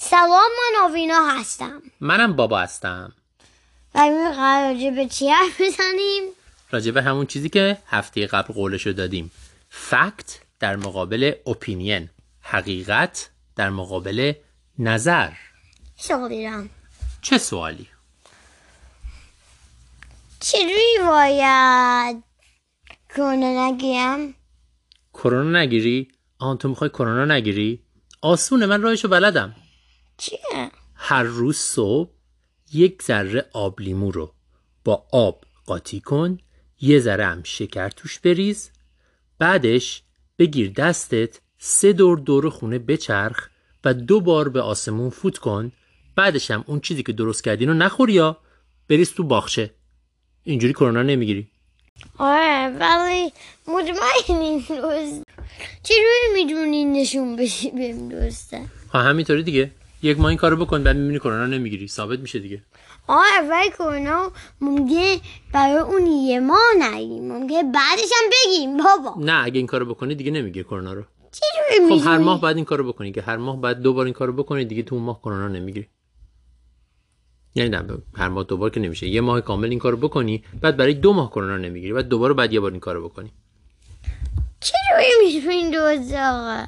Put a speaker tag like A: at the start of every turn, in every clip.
A: سلام، من آوینا هستم.
B: منم بابا هستم.
A: و امروز قراره راجع به چی حرف بزنیم؟
B: راجع به همون چیزی که هفته قبل قولشو دادیم. فکت در مقابل اپینین. حقیقت در مقابل نظر.
A: سوالی دارم.
B: چه سوالی؟
A: چجوری باید کرونا نگیرم؟
B: کرونا نگیری؟ تو میخوای کرونا نگیری؟ آسونه، من راهشو بلدم.
A: چیه؟
B: هر روز صبح یک ذره آب لیمو رو با آب قاطی کن، یه ذره هم شکر توش بریز، بعدش بگیر دستت 3 دور خونه بچرخ و 2 بار به آسمون فوت کن، بعدش هم اون چیزی که درست کردین رو نخور یا بریز تو باغچه. اینجوری کرونا نمیگیری.
A: آره، ولی مطمئنی درست؟ چجوری میدونی نشون بدی بهم درسته؟
B: همینطوری دیگه. یک ماه این کارو بکن، بعد میبینی کرونا نمیگیری، ثابت میشه دیگه.
A: آره، ولی کرونا ممکنه برای اون یه ماه نگیم، ممکنه بعدش هم بگیم بابا.
B: نه، اگه این کارو بکنی دیگه نمیگیری کرونا رو.
A: چجوری میدونی؟
B: خب هر ماه بعد این کارو بکنی که هر ماه بعد 2 بار این کارو بکنی دیگه، تو اون ماه کرونا نمیگیری. یعنی نه، هر ماه 2 بار که نمیشه، یه ماه کامل این کارو بکنی، بعد برای 2 ماه کرونا نمیگیری، بعد دوباره بعد یه بار این کارو بکنی.
A: چجوری میدونی درسته آقا؟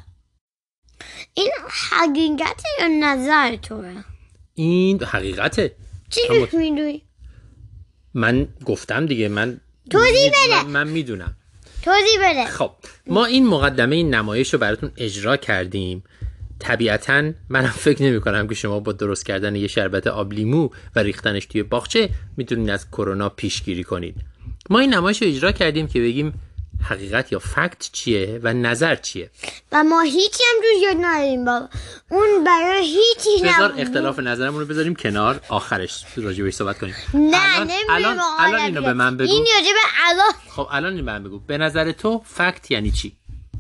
A: این حقیقته یا نظر توه؟
B: این حقیقته.
A: چجوری میدونی؟
B: من گفتم دیگه، من
A: توضیح بده.
B: من میدونم.
A: توضیح بده.
B: خب ما این مقدمه این نمایش رو براتون اجرا کردیم. طبیعتاً منم فکر نمی کنم که شما با درست کردن یه شربت آب لیمو و ریختنش توی باغچه میتونید از کرونا پیشگیری کنید. ما این نمایش رو اجرا کردیم که بگیم حقیقت یا فکت چیه و نظر چیه.
A: و ما هیچی هم روش یاد نداریم بابا. اون برای هیچی نبود.
B: بذار اختلاف نظرمون رو بذاریم کنار، آخرش راجع بهش صحبت کنیم.
A: نه،
B: الان اینو به من بگو.
A: این راجع به الان.
B: خب الان اینو به من بگو. به نظر تو فکت یعنی چی؟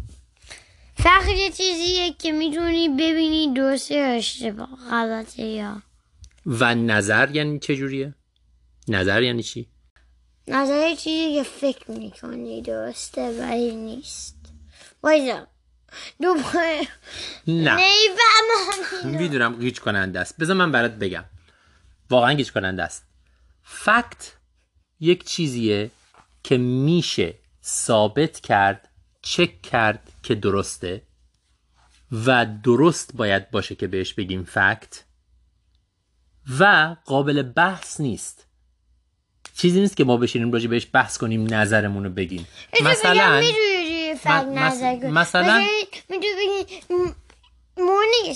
A: فقط یه چیزیه که میتونی ببینی درسته یا اشتباه، غلطه یا.
B: و نظر یعنی چه جوریه؟ نظر یعنی چی؟
A: نظر یه چیزی که فکر میکنی درسته ولی نیست. وایزا دوباره
B: نه
A: نیفهمم.
B: میدونم گیج کننده است. بذار من برات بگم. واقعا گیج کننده است. فکت یک چیزیه که میشه ثابت کرد، چک کرد که درسته و درست باید باشه که بهش بگیم فکت و قابل بحث نیست. چیزی نیست که ما بشینیم راجع بهش بحث کنیم، نظرمون رو بگیم. مثلا
A: میدونی فکت نظر کنی.
B: مثلا
A: میدونی بگی مورنینگ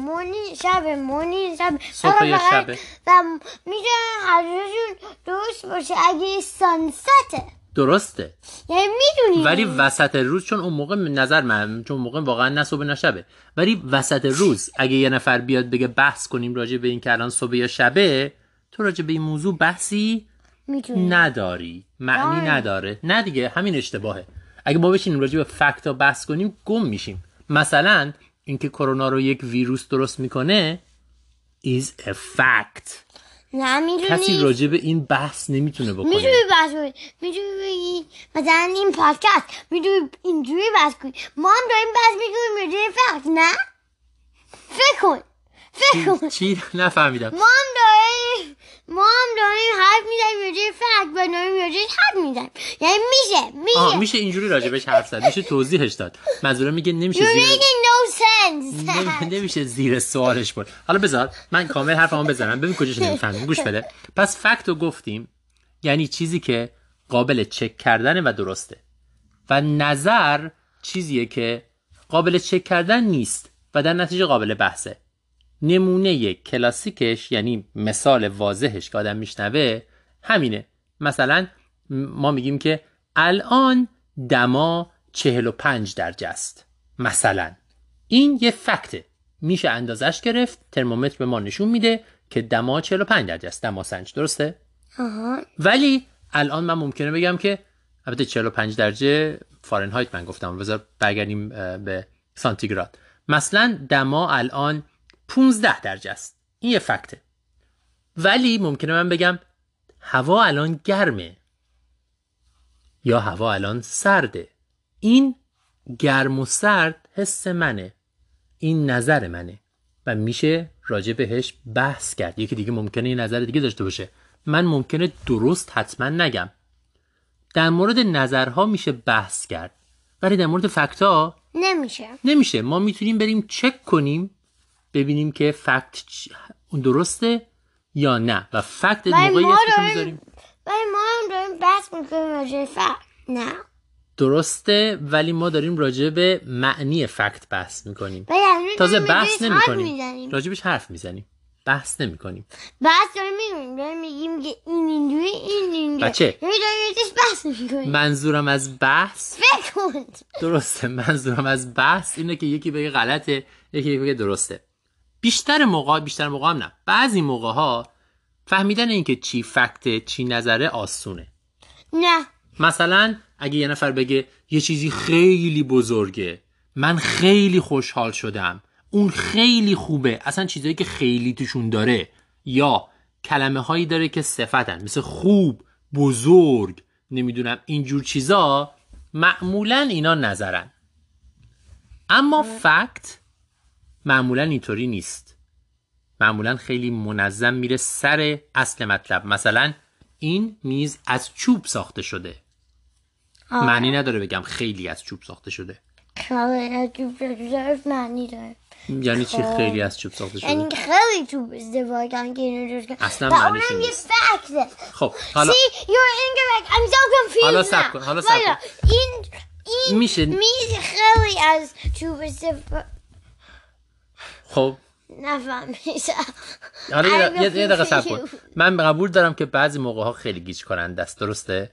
A: شب
B: صبح یا شبه
A: و میشه هر روزشون درست باشه اگه سانسته.
B: درسته،
A: یعنی میدونی،
B: ولی وسط روز، چون اون موقع نظر من، چون موقع واقعا نه صبح نه شبه، ولی وسط روز اگه یه نفر بیاد بگه بحث کنیم راجع به این که الان صبح یا شبه، تو راجع به این موضوع بحثی نداری، معنی نداره. نه دیگه، همین اشتباهه. اگه ما بشینیم راجع به فکتا بحث کنیم گم میشیم. مثلا اینکه کرونا رو یک ویروس درست میکنه is a fact.
A: نه میدونی،
B: کسی راجع به این بحث نمیتونه بکنه.
A: میتونی بحث کنی، میتونی بگی مثلا این پادکست میتونی اینجوری بحث کنی. ما هم داریم بحث میکنیم راجع به فکت. نه فکر کن
B: چی نفهمیدم.
A: ما هم داریم حرف میزنیم راجع به فکت و داریم راجعش حرف میزنیم. یعنی میشه
B: اینجوری راجبش حرف زد، میشه توضیحش داد. منظورم میگه نمیشه نمیشه زیر سوالش برد. حالا بذار من کامل حرفمو بزنم ببین کجاش نمیفهمیم. گوش بده. پس فکت رو گفتیم یعنی چیزی که قابل چک کردنه و درسته، و نظر چیزیه که قابل چک کردن نیست و در نتیجه قابل بحثه. نمونه کلاسیکش، یعنی مثال واضحش که آدم میشنوه همینه. مثلا ما میگیم که الان دما 45 درجه است. مثلا این یه فکته، میشه اندازش گرفت. ترمومتر به ما نشون میده که دما 45 درجه است، دما سنج، درسته؟ ولی الان من ممکنه بگم که البته 45 درجه فارنهایت من گفتم، بذار برگردیم به سانتیگراد. مثلا دما الان 15 درجه است. این یه فکته. ولی ممکنه من بگم هوا الان گرمه یا هوا الان سرده. این گرم و سرد حس منه، این نظر منه و میشه راجع بهش بحث کرد. یکی دیگه ممکنه یه نظر دیگه داشته باشه. من ممکنه درست حتما نگم. در مورد نظرها میشه بحث کرد، ولی در مورد فکت‌ها نمیشه. ما میتونیم بریم چک کنیم ببینیم که فکت اون درسته یا نه، و فکت موقعی اسمشو میذاریم.
A: ولی ما هم داریم بحث میکنیم راجع فکت. نه
B: درسته، ولی ما داریم راجع به معنی فکت بحث میکنیم. تازه بحث نمیکنیم، راجبش حرف میزنیم، بحث نمیکنیم.
A: بحث داریم میگیم که این اینجوری
B: بچه
A: بحث میکنیم.
B: منظورم از بحث
A: فکر کن.
B: درسته، منظورم از بحث اینه که یکی بگه غلطه یکی بگه درسته. بیشتر موقع هم نه، بعضی موقع ها فهمیدن این که چی فکته چی نظره آسونه.
A: نه
B: مثلا اگه یه نفر بگه یه چیزی خیلی بزرگه، من خیلی خوشحال شدم، اون خیلی خوبه، اصلا چیزایی که خیلی توشون داره یا کلمه هایی داره که صفتن، مثل خوب، بزرگ، نمیدونم اینجور چیزا، معمولا اینا نظرن. اما فکت معمولا اینطوری نیست. معمولا خیلی منظم میره سر اصل مطلب. مثلا این میز از چوب ساخته شده. معنی نداره بگم خیلی از چوب ساخته شده.
A: خیلی از چوب ساخته شده معنی داره.
B: یعنی چی خیلی از چوب ساخته شده؟
A: یعنی خیلی چوب استفاده کردن که اینو درست کردن.
B: اصلا معنیش
A: نیست.
B: نیست. خب
A: حالا See, you're incorrect. I'm so confused.
B: حالا صبر کن.
A: این
B: میشه
A: میز خیلی از چوب استفاده.
B: خب
A: نفهمیدم.
B: حالا یه دقیقه صبر کن. من قبول دارم که بعضی موقع ها خیلی گیج کننده است، درسته؟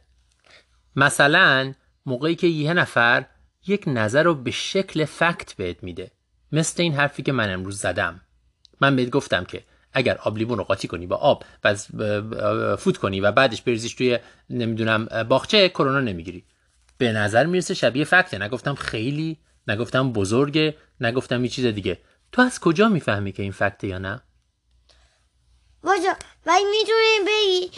B: مثلا موقعی که یه نفر یک نظر رو به شکل فکت بهت میده، مثل این حرفی که من امروز زدم. من بهت گفتم که اگر آب لیمون رو قاطی کنی با آب و فوت کنی و بعدش بریزیش توی نمیدونم باغچه، کرونا نمیگیری. به نظر میرسه شبیه فکته. نگفتم خیلی، نگفتم بزرگه، نگفتم یه چیز دیگه. تو از کجا میفهمی که این فکته یا نه؟
A: باشه، ولی میتونی بگی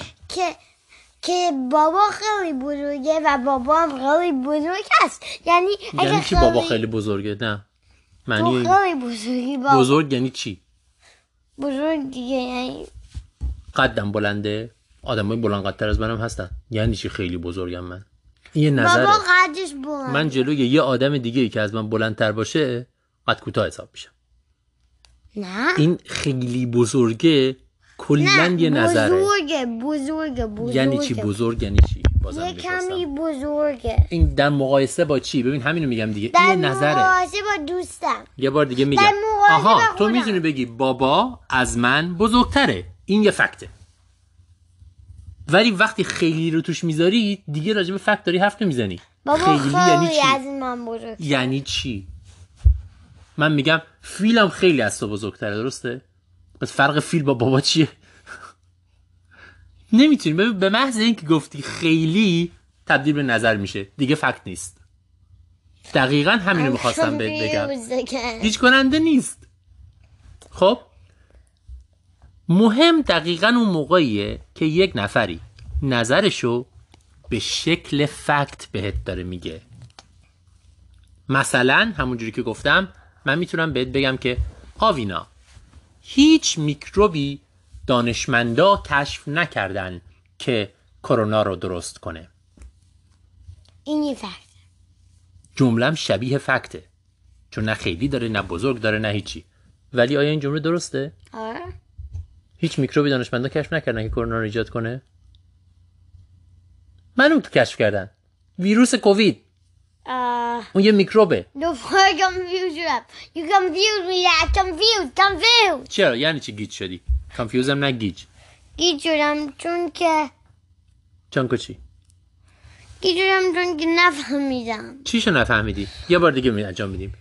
A: که بابا خیلی بزرگه و بابا هم خیلی بزرگ هست. یعنی
B: چی بابا خیلی بزرگه؟ نه معنی
A: خیلی بزرگی بابا.
B: بزرگ یعنی چی؟
A: بزرگ دیگه یعنی
B: قدم بلنده. آدمای بلند قدتر از منم هستن. یعنی چی خیلی بزرگم من؟ این یه نظره.
A: بابا قدش بلند.
B: من جلوی یه آدم دیگه که از من بلندتر باشه قد کوتاه حساب میشم.
A: نه
B: این خیلی بزرگه کلاً یه نظره.
A: بزرگه.
B: یعنی چی بزرگ؟ یعنی چی؟ بازم
A: یه کمی بزرگه.
B: این در مقایسه با چی؟ ببین همینو میگم دیگه. این نظره.
A: در مقایسه با دوستم.
B: یه بار دیگه میگم. آها تو میتونی بگی بابا از من بزرگتره. این یه فکته. ولی وقتی خیلی رو توش میذاری دیگه راجع به فکت داری حرف نمیزنی.
A: خیلی
B: یعنی چی؟
A: از من بزرگتره.
B: یعنی چی؟ من میگم فیلم خیلی از تو بزرگتره، درسته؟ پس فرق فیل با بابا چیه؟ نمیتونی. به محض اینکه گفتی خیلی تبدیل به نظر میشه، دیگه فکت نیست. دقیقاً همینو میخواستم بهت بگم. هیچ کننده نیست. خب مهم دقیقاً اون موقعیه که یک نفری نظرشو به شکل فکت بهت داره میگه. مثلا همونجوری که گفتم من میتونم بهت بگم که آوینا هیچ میکروبی دانشمندا کشف نکردن که کرونا رو درست کنه.
A: این یه فکت.
B: جمله‌ام شبیه فکته، چون نه خیلی داره نه بزرگ داره نه هیچی. ولی آیا این جمله درسته؟
A: آره.
B: هیچ میکروبی دانشمندا کشف نکردن که کرونا رو ایجاد کنه. منو کشف کردن. ویروس کووید. اون یه میکروبه.
A: You confuse me. Confused.
B: چرا؟ یعنی چی گیج شدی؟ کانفیوزم نه گیج.
A: گیج شدم چون که نفهمیدم.
B: چیشو نفهمیدی؟ یه بار دیگه انجام میدیم.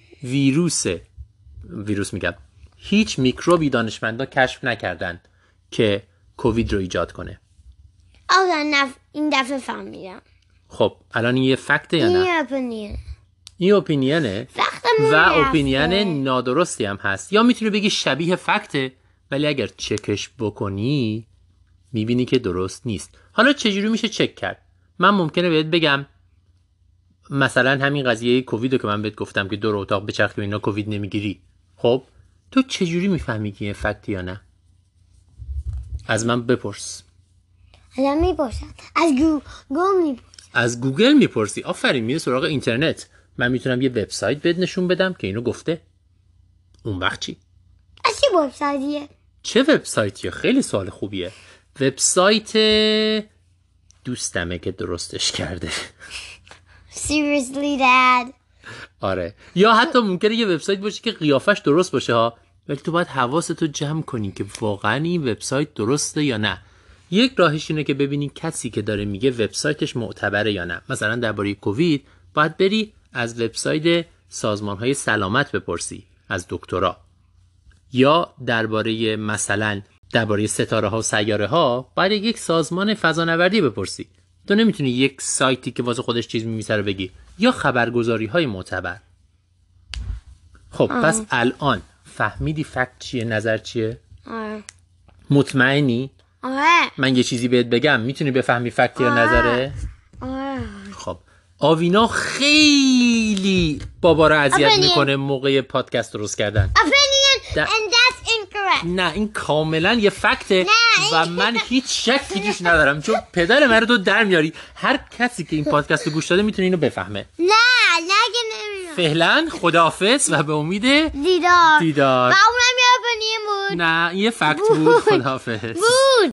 B: ویروس میگم. هیچ میکروبی دانشمندا کشف نکردن که کووید رو ایجاد کنه.
A: این دفعه فهمیدم.
B: خب الان این یه فکته یا نه؟ این اپینینه و اپینین نادرستی هم هست. یا میتونی بگی شبیه فکته، ولی اگر چکش بکنی میبینی که درست نیست. حالا چجوری میشه چک کرد؟ من ممکنه بهت بگم مثلا همین قضیه کووید رو که من بهت گفتم که دور اتاق بچرخی و اینا کووید نمیگیری. خب تو چجوری میفهمی که یه فکت یا نه؟ از من بپرس.
A: الان میپرسم از گوگل میپرسم.
B: از گوگل میپرسی؟ آفرین، میره سراغ اینترنت. من میتونم یه وبسایت بهت نشون بدم که اینو گفته. اون وقت چی؟
A: از چه وبسایتیه؟
B: چه وبسایتیه؟ خیلی سوال خوبیه. وبسایت دوستمه که درستش کرده.
A: Seriously dad.
B: آره. یا حتی ممکنه یه وبسایت باشه که قیافش درست باشه ها، ولی تو باید حواستو جمع کنی که واقعا این وبسایت درسته یا نه. یک راهش اینه که ببینی کسی که داره میگه وبسایتش معتبره یا نه. مثلا درباره کووید باید بری از وبسایت سازمان‌های سلامت بپرسی، از دکترا. یا درباره ستاره ها و سیاره ها باید یک سازمان فضانوردی بپرسی. تو نمیتونی یک سایتی که واسه خودش چیز می‌نویسه رو بگی. یا خبرگزاری های معتبر. خب پس الان فهمیدی فکت چیه، نظر چیه؟ مطمئنی؟ من یه چیزی بهت بگم میتونی بفهمی فکت یا نظره؟ خب آوینا خیلی بابا رو اذیت میکنه موقع پادکست درست کردن.
A: Opinion and that's incorrect.
B: نه این کاملا یه فکته و من هیچ شکی توش ندارم، چون پدر من رو تو در میاری. هر کسی که این پادکست رو گوش داده میتونه اینو بفهمه.
A: نه نمیدونم.
B: فعلا خداحافظ و به امید
A: دیدار.
B: دیدار.
A: و اونم یه opinion بود.
B: نه یه فکت بود. خداحافظ.